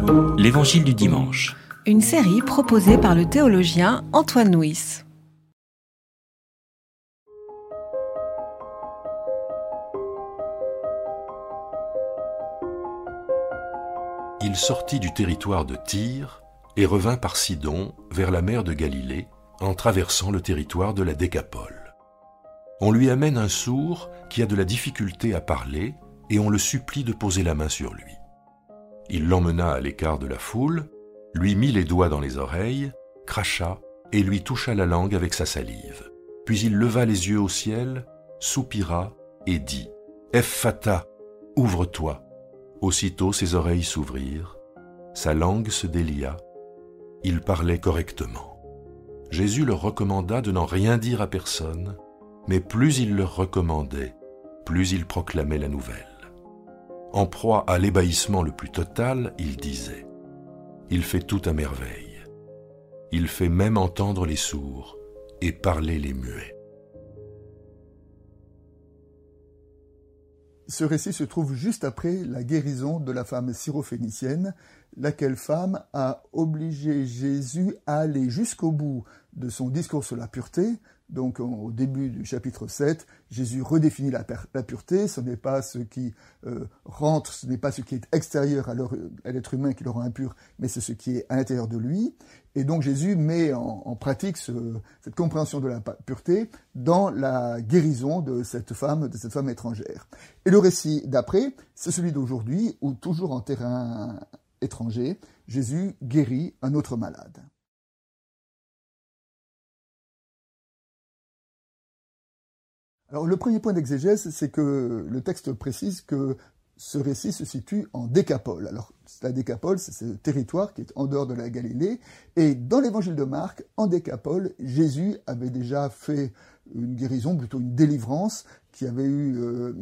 L'Évangile du dimanche. Une série proposée par le théologien Antoine Nuis. Il sortit du territoire de Tyr et revint par Sidon vers la mer de Galilée en traversant le territoire de la Décapole. On lui amène un sourd qui a de la difficulté à parler et on le supplie de poser la main sur lui. Il l'emmena à l'écart de la foule, lui mit les doigts dans les oreilles, cracha et lui toucha la langue avec sa salive. Puis il leva les yeux au ciel, soupira et dit « Ephphatha, ouvre-toi !» Aussitôt ses oreilles s'ouvrirent, sa langue se délia, il parlait correctement. Jésus leur recommanda de n'en rien dire à personne, mais plus il leur recommandait, plus il proclamait la nouvelle. En proie à l'ébahissement le plus total, il disait « Il fait tout à merveille. Il fait même entendre les sourds et parler les muets. » Ce récit se trouve juste après la guérison de la femme syrophénicienne, laquelle femme a obligé Jésus à aller jusqu'au bout de son discours sur la pureté. Donc au début du chapitre 7, Jésus redéfinit la pureté, ce n'est pas ce qui rentre, ce n'est pas ce qui est extérieur à l'être humain qui le rend impur, mais c'est ce qui est à l'intérieur de lui. Et donc Jésus met en pratique cette compréhension de la pureté dans la guérison de cette femme étrangère. Et le récit d'après, c'est celui d'aujourd'hui, où toujours en terrain étranger, Jésus guérit un autre malade. Alors le premier point d'exégèse, c'est que le texte précise que ce récit se situe en Décapole. Alors la Décapole, c'est ce territoire qui est en dehors de la Galilée, et dans l'évangile de Marc, en Décapole, Jésus avait déjà fait une guérison, plutôt une délivrance, qui avait eu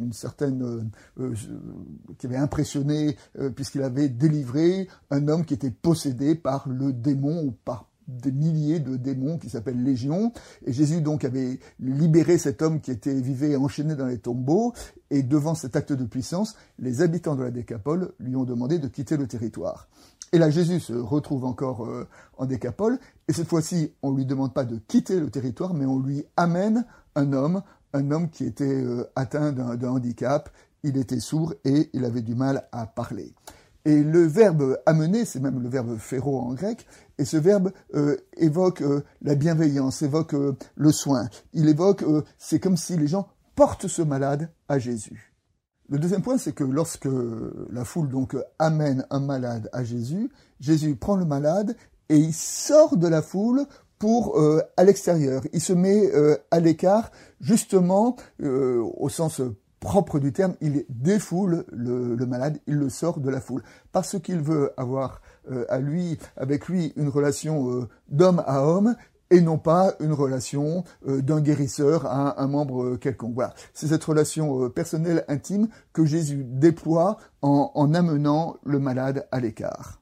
qui avait impressionné, puisqu'il avait délivré un homme qui était possédé par le démon ou par des milliers de démons qui s'appellent Légion, et Jésus donc avait libéré cet homme qui vivait enchaîné dans les tombeaux, et devant cet acte de puissance, les habitants de la Décapole lui ont demandé de quitter le territoire. Et là, Jésus se retrouve encore en Décapole, et cette fois-ci, on ne lui demande pas de quitter le territoire, mais on lui amène un homme qui était atteint d'un handicap, il était sourd et il avait du mal à parler. Et le verbe « amener », c'est même le verbe « phéro » en grec, et ce verbe évoque la bienveillance, évoque le soin. Il évoque, c'est comme si les gens portent ce malade à Jésus. Le deuxième point, c'est que lorsque la foule donc amène un malade à Jésus, Jésus prend le malade et il sort de la foule pour à l'extérieur. Il se met à l'écart, justement, au sens propre du terme, il défoule le malade, il le sort de la foule, parce qu'il veut avoir avec lui une relation d'homme à homme, et non pas une relation d'un guérisseur à un membre quelconque. Voilà, c'est cette relation personnelle, intime, que Jésus déploie en amenant le malade à l'écart.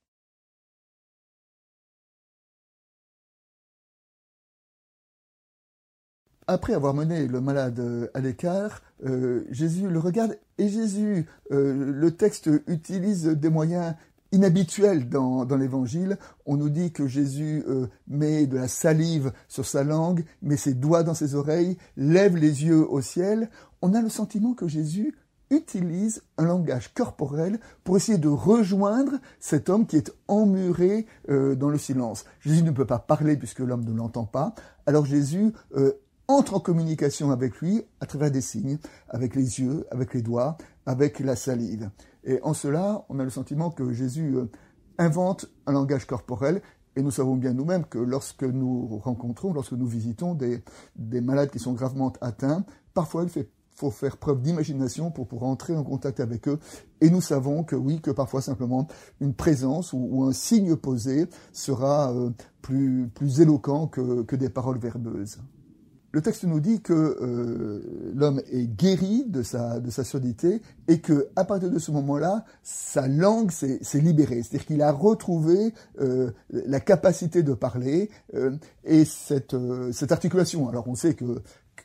Après avoir mené le malade à l'écart, Jésus le regarde, et Jésus, le texte utilise des moyens inhabituels dans l'Évangile. On nous dit que Jésus met de la salive sur sa langue, met ses doigts dans ses oreilles, lève les yeux au ciel. On a le sentiment que Jésus utilise un langage corporel pour essayer de rejoindre cet homme qui est emmuré dans le silence. Jésus ne peut pas parler puisque l'homme ne l'entend pas. Alors Jésus entre en communication avec lui à travers des signes, avec les yeux, avec les doigts, avec la salive. Et en cela, on a le sentiment que Jésus invente un langage corporel, et nous savons bien nous-mêmes que lorsque nous rencontrons, lorsque nous visitons des malades qui sont gravement atteints, parfois il faut faire preuve d'imagination pour entrer en contact avec eux, et nous savons que oui, que parfois simplement une présence ou un signe posé sera plus éloquent que des paroles verbeuses. Le texte nous dit que l'homme est guéri de sa surdité et que à partir de ce moment-là, sa langue s'est libérée. C'est-à-dire qu'il a retrouvé la capacité de parler et cette articulation. Alors on sait que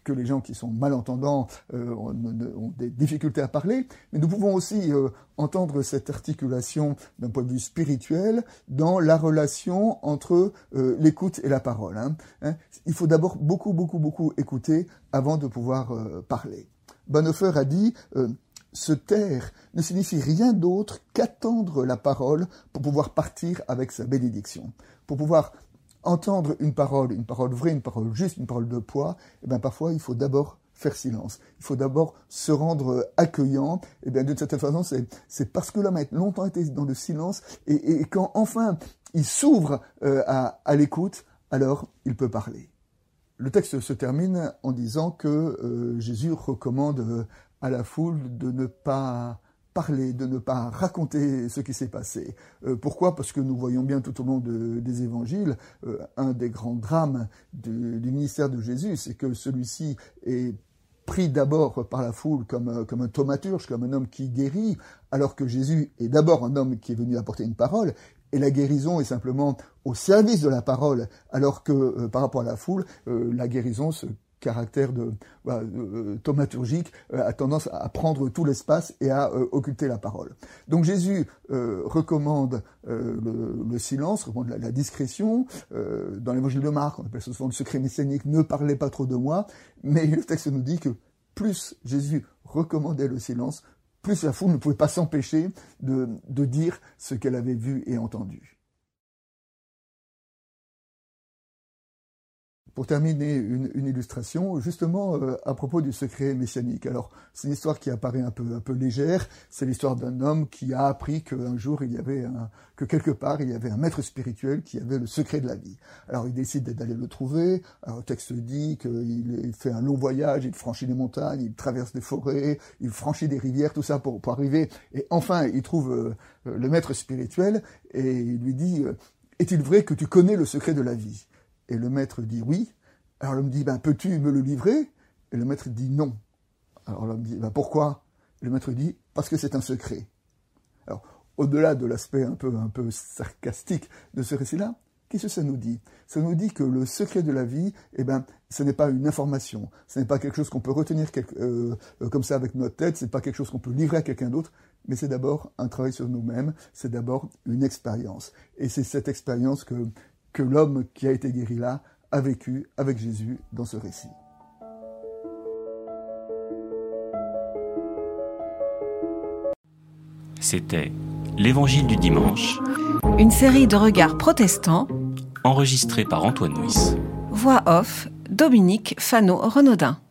que les gens qui sont malentendants ont des difficultés à parler, mais nous pouvons aussi entendre cette articulation d'un point de vue spirituel dans la relation entre l'écoute et la parole. Il faut d'abord beaucoup écouter avant de pouvoir parler. Bonhoeffer a dit se taire ne signifie rien d'autre qu'attendre la parole pour pouvoir partir avec sa bénédiction. Pour pouvoir entendre une parole vraie, une parole juste, une parole de poids, parfois il faut d'abord faire silence. Il faut d'abord se rendre accueillant. D'une certaine façon, c'est parce que l'homme a longtemps été dans le silence et quand enfin il s'ouvre à l'écoute, alors il peut parler. Le texte se termine en disant que Jésus recommande à la foule de ne pas parler, de ne pas raconter ce qui s'est passé. Pourquoi ? Parce que nous voyons bien tout au long des évangiles, un des grands drames du ministère de Jésus, c'est que celui-ci est pris d'abord par la foule comme un thaumaturge, comme un homme qui guérit, alors que Jésus est d'abord un homme qui est venu apporter une parole, et la guérison est simplement au service de la parole, alors que par rapport à la foule, la guérison, ce caractère thaumaturgique, a tendance à prendre tout l'espace et à occulter la parole. Donc Jésus recommande le silence, recommande la discrétion. Dans l'évangile de Marc, on appelle ça souvent le secret messianique, ne parlez pas trop de moi, mais le texte nous dit que plus Jésus recommandait le silence, plus la foule ne pouvait pas s'empêcher de dire ce qu'elle avait vu et entendu. Pour terminer, une illustration, justement, à propos du secret messianique. Alors, c'est une histoire qui apparaît un peu légère. C'est l'histoire d'un homme qui a appris qu'un jour, que quelque part, il y avait un maître spirituel qui avait le secret de la vie. Alors, il décide d'aller le trouver. Alors, le texte dit qu'il fait un long voyage, il franchit les montagnes, il traverse des forêts, il franchit des rivières, tout ça pour arriver. Et enfin, il trouve le maître spirituel et il lui dit « Est-il vrai que tu connais le secret de la vie ?» Et le maître dit oui. Alors l'homme dit, peux-tu me le livrer ? Et le maître dit non. Alors l'homme dit, pourquoi ? Et le maître dit, parce que c'est un secret. Alors, au-delà de l'aspect un peu sarcastique de ce récit-là, qu'est-ce que ça nous dit ? Ça nous dit que le secret de la vie, ce n'est pas une information, ce n'est pas quelque chose qu'on peut retenir comme ça avec notre tête, ce n'est pas quelque chose qu'on peut livrer à quelqu'un d'autre, mais c'est d'abord un travail sur nous-mêmes, c'est d'abord une expérience. Et c'est cette expérience que l'homme qui a été guéri là a vécu avec Jésus dans ce récit. C'était l'Évangile du dimanche, une série de regards protestants, enregistrée par Antoine Nuis. Voix off, Dominique Fano-Renaudin.